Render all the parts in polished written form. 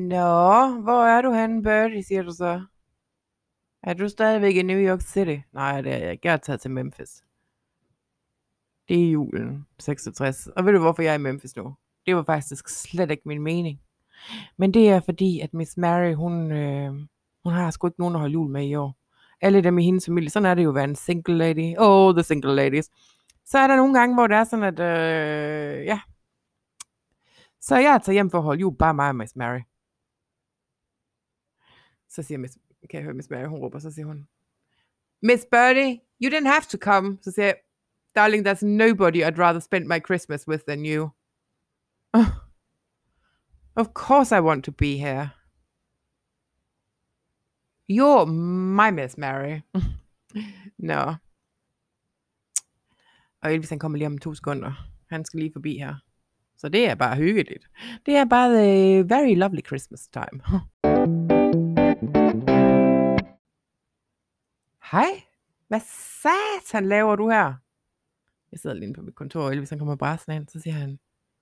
Nå, hvor er du henne, Birdie, siger du så? Er du stadigvæk i New York City? Nej, det er jeg ikke. Jeg er taget til Memphis. Det er julen 66. Og ved du, hvorfor jeg er i Memphis nu? Det var faktisk slet ikke min mening. Men det er fordi, at Miss Mary, hun har sgu ikke nogen at holde jul med i år. Alle dem i hendes familie, sådan er det jo at være en single lady. Oh, the single ladies. Så er der nogle gange, hvor det er sådan, at ja. Så jeg er taget hjem for at holde jul, bare mig og Miss Mary. Så siger kan jeg høre Miss Mary, hun råber, så siger hun, Miss Birdie, you didn't have to come. Så siger jeg, darling, there's nobody I'd rather spend my Christmas with than you. Of course I want to be here. You're my Miss Mary. Nå. Og Elvis han kommer lige om 2 sekunder. Han skal lige forbi her. Så det er bare hyggeligt. Det er bare the very lovely Christmas time. Hej. Hvad satan laver du her? Jeg sidder lige på mit kontor, og Elvis han kommer brassen ind, så siger han,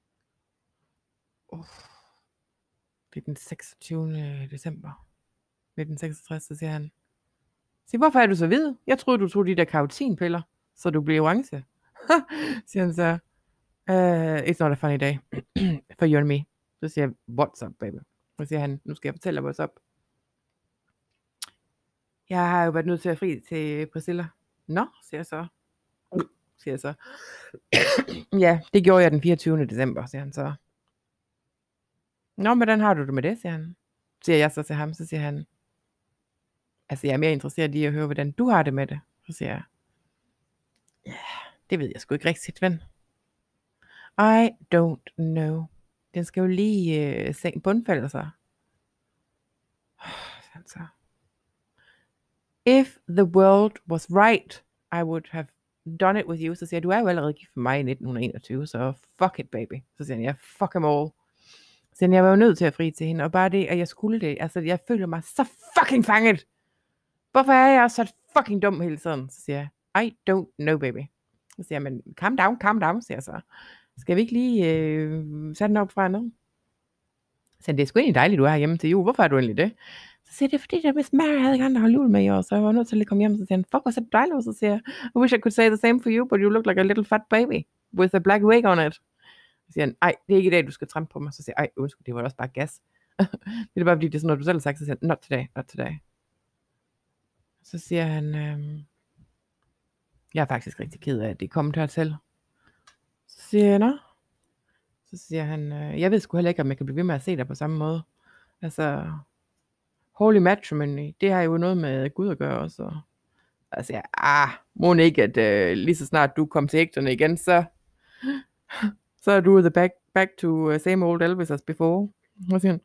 det er den 26. december 1966, så siger han, hvorfor er du så hvid? Jeg troede, du tog de der karotinpiller, så du bliver orange. Siger han så, it's not a funny day for you and me. Så siger jeg, what's up, baby? Så siger han, nu skal jeg fortælle dig, what's up. Jeg har jo været nødt til at fri til Priscilla. Nå, siger jeg så. Ja, det gjorde jeg den 24. december, siger han så. Nå, men hvordan har du det med det, siger han. Siger jeg så til ham, så siger han, altså jeg er mere interesseret i at høre, hvordan du har det med det. Så siger jeg, ja, det ved jeg sgu ikke rigtigt, ven. I don't know. Den skal jo lige bundfælde sig. Så. If the world was right, I would have done it with you. Så siger jeg, du er jo allerede gift med mig i 1921, så fuck it, baby. Så siger han, ja, fuck them all. Så siger han, jeg var jo nødt til at fri til hende, og bare det, at jeg skulle det, altså jeg føler mig så fucking fanget. Hvorfor er jeg så fucking dum hele tiden? Så siger jeg, I don't know, baby. Så siger jeg, men calm down, siger jeg så. Skal vi ikke lige sætte den op fra noget? Så det er sgu egentlig dejligt, du er her hjemme til jul. Hvorfor er du egentlig det? Så siger jeg, det er fordi, at Miss Mary havde ikke andre holde jul med i år, så jeg var nødt til at komme hjem. Så siger han, fuck, hvor så dejligt. Så siger jeg, I wish I could say the same for you, but you look like a little fat baby with a black wig on it. Så siger han, ej, det er ikke i dag, du skal trampe på mig. Så siger jeg, ej, undskyld, det var også bare gas. Det er bare fordi, det er sådan noget, du selv har sagt. Så siger han, not today. Så siger han, jeg er faktisk rigtig ked af, at det er kommet hertil. Så siger jeg, nå. Så siger han, jeg ved sgu heller ikke, om jeg kan blive ved med at se dig på samme måde. Altså, holy matrimony, det har jo noget med Gud at gøre også. Altså, må ikke, at lige så snart du kom til ægterne igen, så er du the back to same old Elvis as before. Så siger han,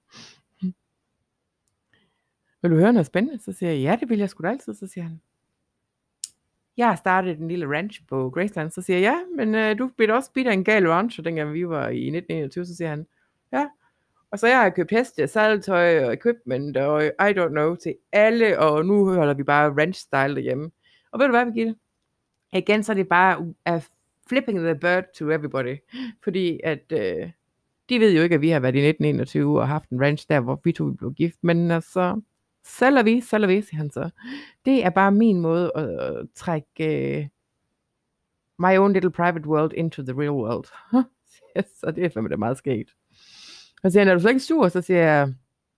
vil du høre noget spændende? Så siger jeg, ja, det vil jeg sgu da altid. Så siger han, jeg har startet en lille ranch på Graceland. Så siger jeg, ja, men du blev også bidt af en gal rancher, dengang vi var i 1921. Så siger han, ja. Og så jeg har købt heste, salgtøj og equipment og I don't know til alle, og nu holder vi bare ranch-style derhjemme. Og ved du hvad, Birgitte? Igen, så er det bare flipping the bird to everybody. Fordi at de ved jo ikke, at vi har været i 1921 og haft en ranch der, hvor vi to blev gift. Men altså, salavi, siger han så. Det er bare min måde at trække my own little private world into the real world. Så det er fandme meget skægt. Og så siger han, er du så ikke sur? Så siger jeg,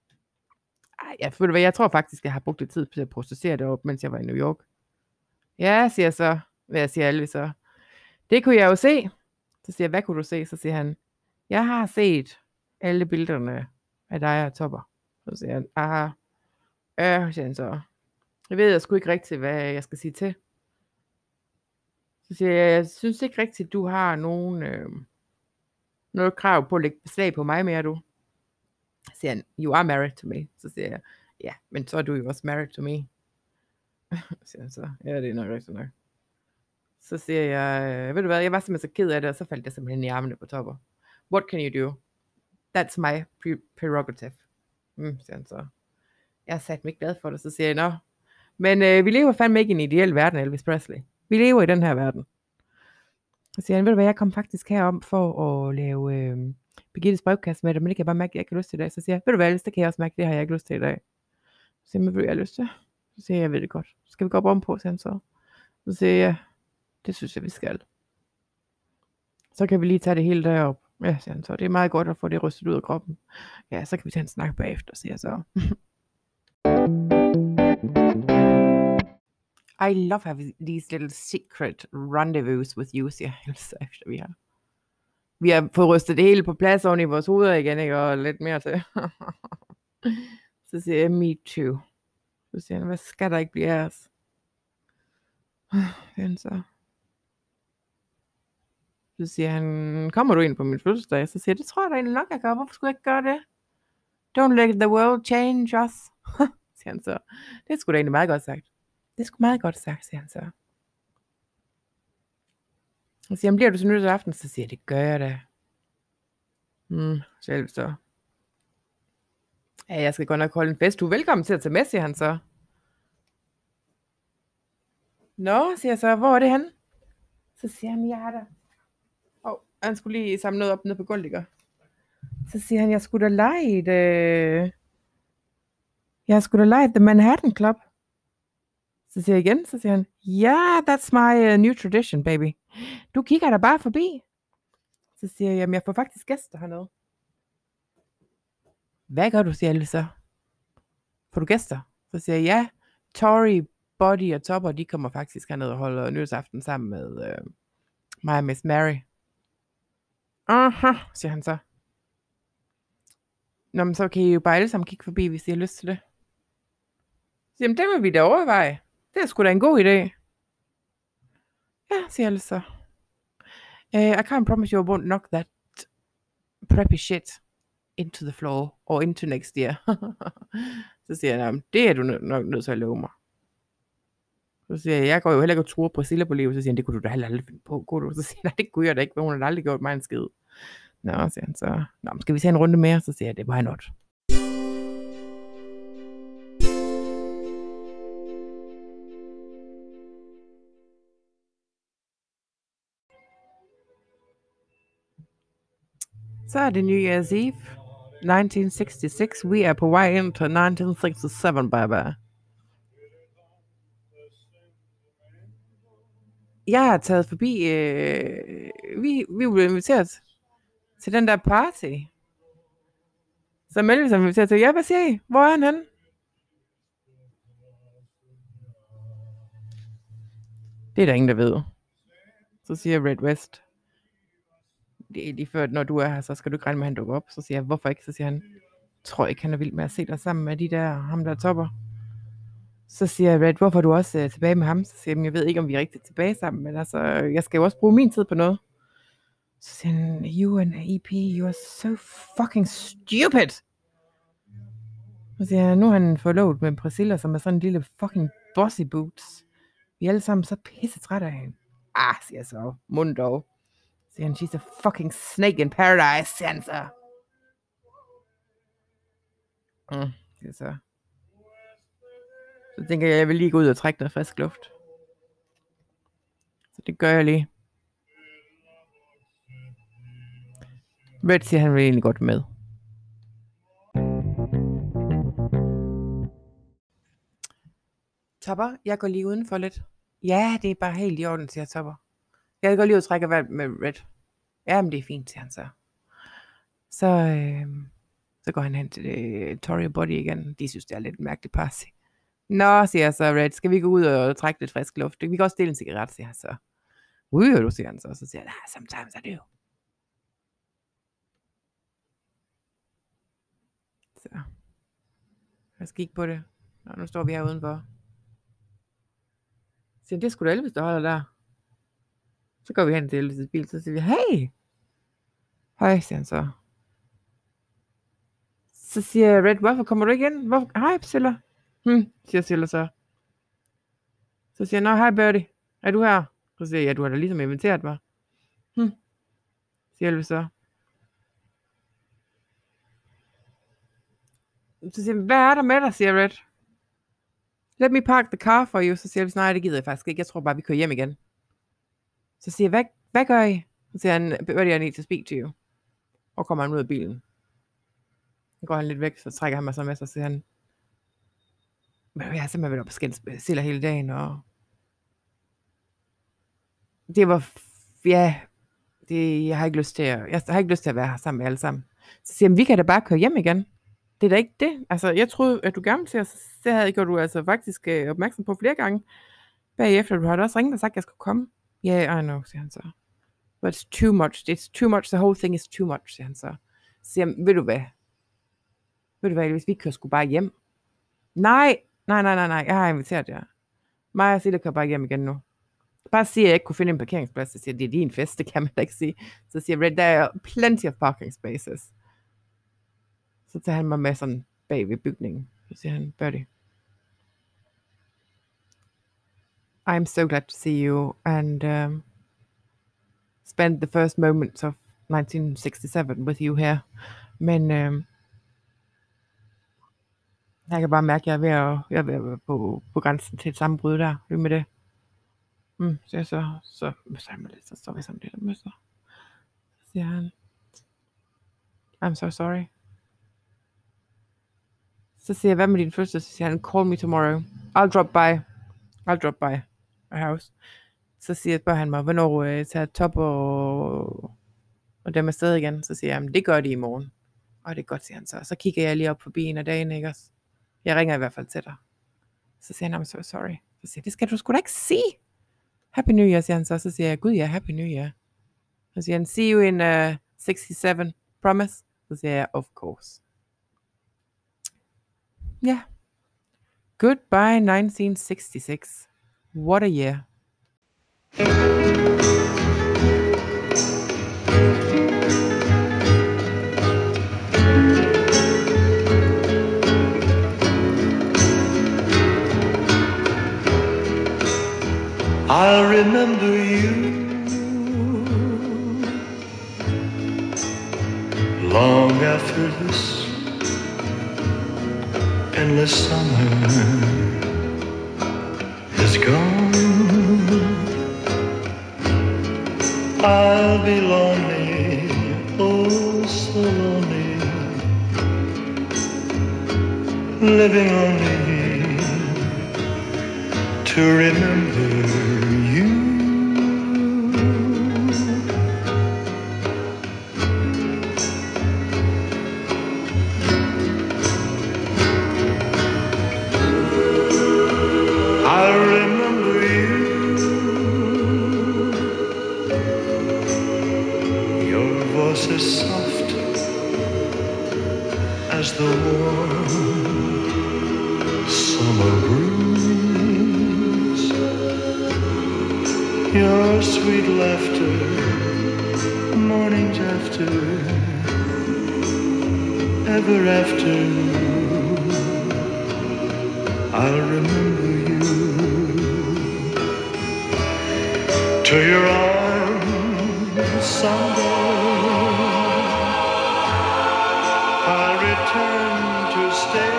jeg tror faktisk, jeg har brugt lidt tid til at processere det op, mens jeg var i New York. Ja, siger jeg så. Jeg siger Elvis så. Det kunne jeg jo se. Så siger jeg, hvad kunne du se? Så siger han, jeg har set alle billederne af dig og Topper. Så siger han, aha. Ja, siger han så. Jeg ved sgu ikke rigtigt, hvad jeg skal sige til. Så siger jeg synes ikke rigtigt, du har noget krav på at lægge beslag på mig mere, du. Så siger han, you are married to me. Så siger jeg, ja, men så er du jo også married to me. Så siger han så, ja, det er nok rigtigt nok. Så siger jeg, ved du hvad, jeg var simpelthen så ked af det, og så faldt jeg simpelthen i armene på Topper. What can you do? That's my prerogative. Siger han så. Jeg har sat mig glad for det, så siger jeg, nå. Men vi lever fandme ikke i en ideel verden, Elvis Presley. Vi lever i den her verden. Så siger han, ved du hvad, jeg kom faktisk herom for at lave Birgittes brevkasse med det, men det kan jeg bare mærke, at jeg ikke har lyst til i dag. Så siger jeg, ved du hvad, Alice, det kan jeg også mærke, det har jeg ikke lyst til i dag. Så siger jeg, hvad har lyst til? Så siger jeg ved det godt. Skal vi gå op ovenpå, siger han så. Så siger jeg, det synes jeg, vi skal. Så kan vi lige tage det hele derop. Ja, siger han så. Det er meget godt at få det rystet ud af kroppen. Ja, så kan vi tage en snak bagefter, siger jeg så. I love having these little secret rendezvous with you, siger jeg så efter vi har. Vi har fået rystet det hele på plads oven i vores hoveder igen, ikke? Og lidt mere til. Så siger jeg, me too. Så siger han, hvad skal der ikke blive af os? Så siger han, kommer du ind på min fødselsdag? Så siger jeg, det tror jeg da egentlig nok, jeg gør. Hvorfor skulle jeg ikke gøre det? Don't let the world change us. Siger han så. Det er sgu da egentlig meget godt sagt. Det er sgu meget godt sagt, siger han så. Så siger han, bliver du til nytårsaften? Så siger jeg, det gør jeg da. Selv så. Ja, jeg skal godt nok holde en fest. Du er velkommen til at tage med, siger han så. Nå, siger jeg så, hvor er det henne? Så siger han, jeg er der. Han skulle lige samle noget op nede på gulvet, ikke? Så siger han, jeg skulle da lege The Manhattan Club. Så siger jeg igen, så siger han, yeah, that's my new tradition, baby. Du kigger da bare forbi. Så siger jeg, jamen jeg får faktisk gæster hernede. Hvad gør du, siger Alice så? Får du gæster? Så siger jeg, ja, Tori, Buddy og Topper, de kommer faktisk hernede og holder nytårsaften sammen med mig og Miss Mary. Aha, siger han så. Nå, men så kan I jo bare alle sammen kigge forbi, hvis I har lyst til det. Så jamen, det må vi da overveje. Det er sgu da en god idé. Ja, siger Alice så. I can't promise you I won't knock that preppy shit into the floor, or into next year. Så siger han, det er du nok nødt til at love mig. Så siger jeg går jo heller ikke og truer Priscilla på livet. Så siger han, det kunne du da heller aldrig finde på. Kunne du? Så siger jeg, nej, det kunne jeg da ikke, for hun har aldrig gjort mig en skid. Nå, siger han så. Nå, skal vi tage en runde mere? Så siger jeg, det var why not. Så er det New Year's Eve, 1966. Vi er på vej ind til 1967, baby. Jeg har taget forbi, vi blev inviteret til den der party. Så Melvis er inviteret til, ja, hvad siger I? Hvor er han henne? Det er der ingen, der ved. Så siger Red West, det er lige før, når du er her, så skal du ikke regne med, at han dukker op. Så siger jeg, hvorfor ikke? Så siger han, tror ikke, han er vild med at se dig sammen med de der, ham der Topper. Så siger Red, hvorfor er du også tilbage med ham? Så siger jeg, jeg ved ikke, om vi er rigtig tilbage sammen, men altså, jeg skal jo også bruge min tid på noget. Så siger han, you and EP, you are so fucking stupid. Så siger jeg, nu er han forlovet med Priscilla, som er sådan en lille fucking bossy boots. Vi er alle sammen så pisse trætte af hende. Siger jeg så, mund dog. Så siger han, she's a fucking snake in paradise, siger han så. Siger så. Så tænker jeg vil lige gå ud og trække noget frisk luft. Så det gør jeg lige. Red siger, han vil egentlig godt med. Topper, jeg går lige udenfor lidt. Ja, det er bare helt i orden, siger Topper. Jeg går lige ud og trækker vand med Red. Ja, men det er fint, siger han så. Så går han hen til Tori og Buddy igen. De synes, det er lidt mærkeligt party. Nå, siger jeg så, Red, skal vi gå ud og trække lidt frisk luft? Vi kan også dele en cigaret, siger han så. Ryger du, siger han så. Så siger han, sometimes I do. Så. Jeg skal kigge på det. Nå, nu står vi her udenfor. Så siger han, det er sgu da Elvis, der holder der. Så går vi hen til Elvis' bil, så siger vi, hey! Hej, siger han så. Så siger Red, hvorfor kommer du ikke ind? Hej, Priscilla. Siger Silla så. Så siger jeg, hej Birdie, er du her? Så siger jeg, ja, du har da ligesom inviteret mig. Siger Elvis så. Så siger jeg, hvad er der med dig, siger Red. Let me park the car for you. Så siger Elvis, nej, det gider jeg faktisk ikke. Jeg tror bare, vi kører hjem igen. Så siger jeg, hvad gør I? Så siger han, Birdie, I need to speak to you. Og kommer han ud af bilen. Så går han lidt væk, så trækker han mig så med, så siger han, men jeg har simpelthen været op og skændsiller hele dagen, og det var, ja, jeg har ikke lyst til at være her sammen med alle sammen. Så siger han, vi kan da bare køre hjem igen. Det er da ikke det. Altså, jeg troede, at du gerne ville til os, så havde gjort du altså faktisk opmærksom på flere gange. Bagefter, du har da også ringet og sagt, at jeg skulle komme. Yeah, I know, siger han så. But it's too much. It's too much. The whole thing is too much, siger han så. Så siger han, ved du hvad, hvis vi kører sgu bare hjem. Nej, jeg har inviteret jer. Mig og Silla kører bare hjem igen nu. Bare sige, at jeg ikke kunne finde en parkeringsplads. Så siger det er din fest, det kan man da ikke sige. Så siger Red, der er plenty of parking spaces. Så tager han mig med sådan bag ved bygningen. Så siger han, Birdie, I'm so glad to see you and spend the first moments of 1967 with you here. Men jeg kan bare mærke, at jeg er ved at være på grænsen til et sammenbrud der. Lyt med det. Så møsser han mig lidt, så står vi sådan lidt og møsser. Så siger han, I'm so sorry. Så siger jeg, hvad med din første? Så siger han, call me tomorrow. I'll drop by my house. Så spørger han mig, hvornår tager Top og dem afsted igen. Så siger jeg, det gør de i morgen. Og det er godt, siger han så. Så kigger jeg lige op forbi en af dagen, ikke også? Jeg ringer i hvert fald til dig. Så siger han, I'm so sorry. Så siger jeg, det skal du sgu da ikke sige. Happy New Year, siger han så. Så siger jeg, gud ja, Happy New Year. Så siger han, see you in 67, promise? Så siger jeg, of course. Ja. Yeah. Goodbye 1966. What a year. I'll remember you long after this endless summer is gone. I'll be lonely, oh so lonely, living only to remember you. I remember you, your voice is soft as the warm summer breeze. Your sweet laughter, mornings after, ever after, I'll remember you. To your arms someday, I'll return to stay.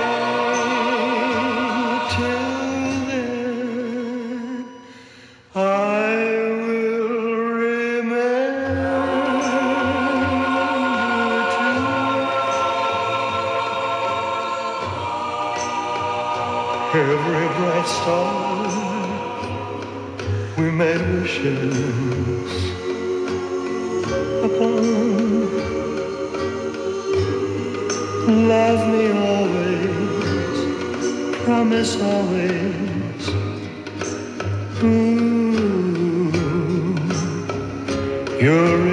Till then, I will remember too. Every bright star we made wishes upon. Love me always, promise always. Ooh, you're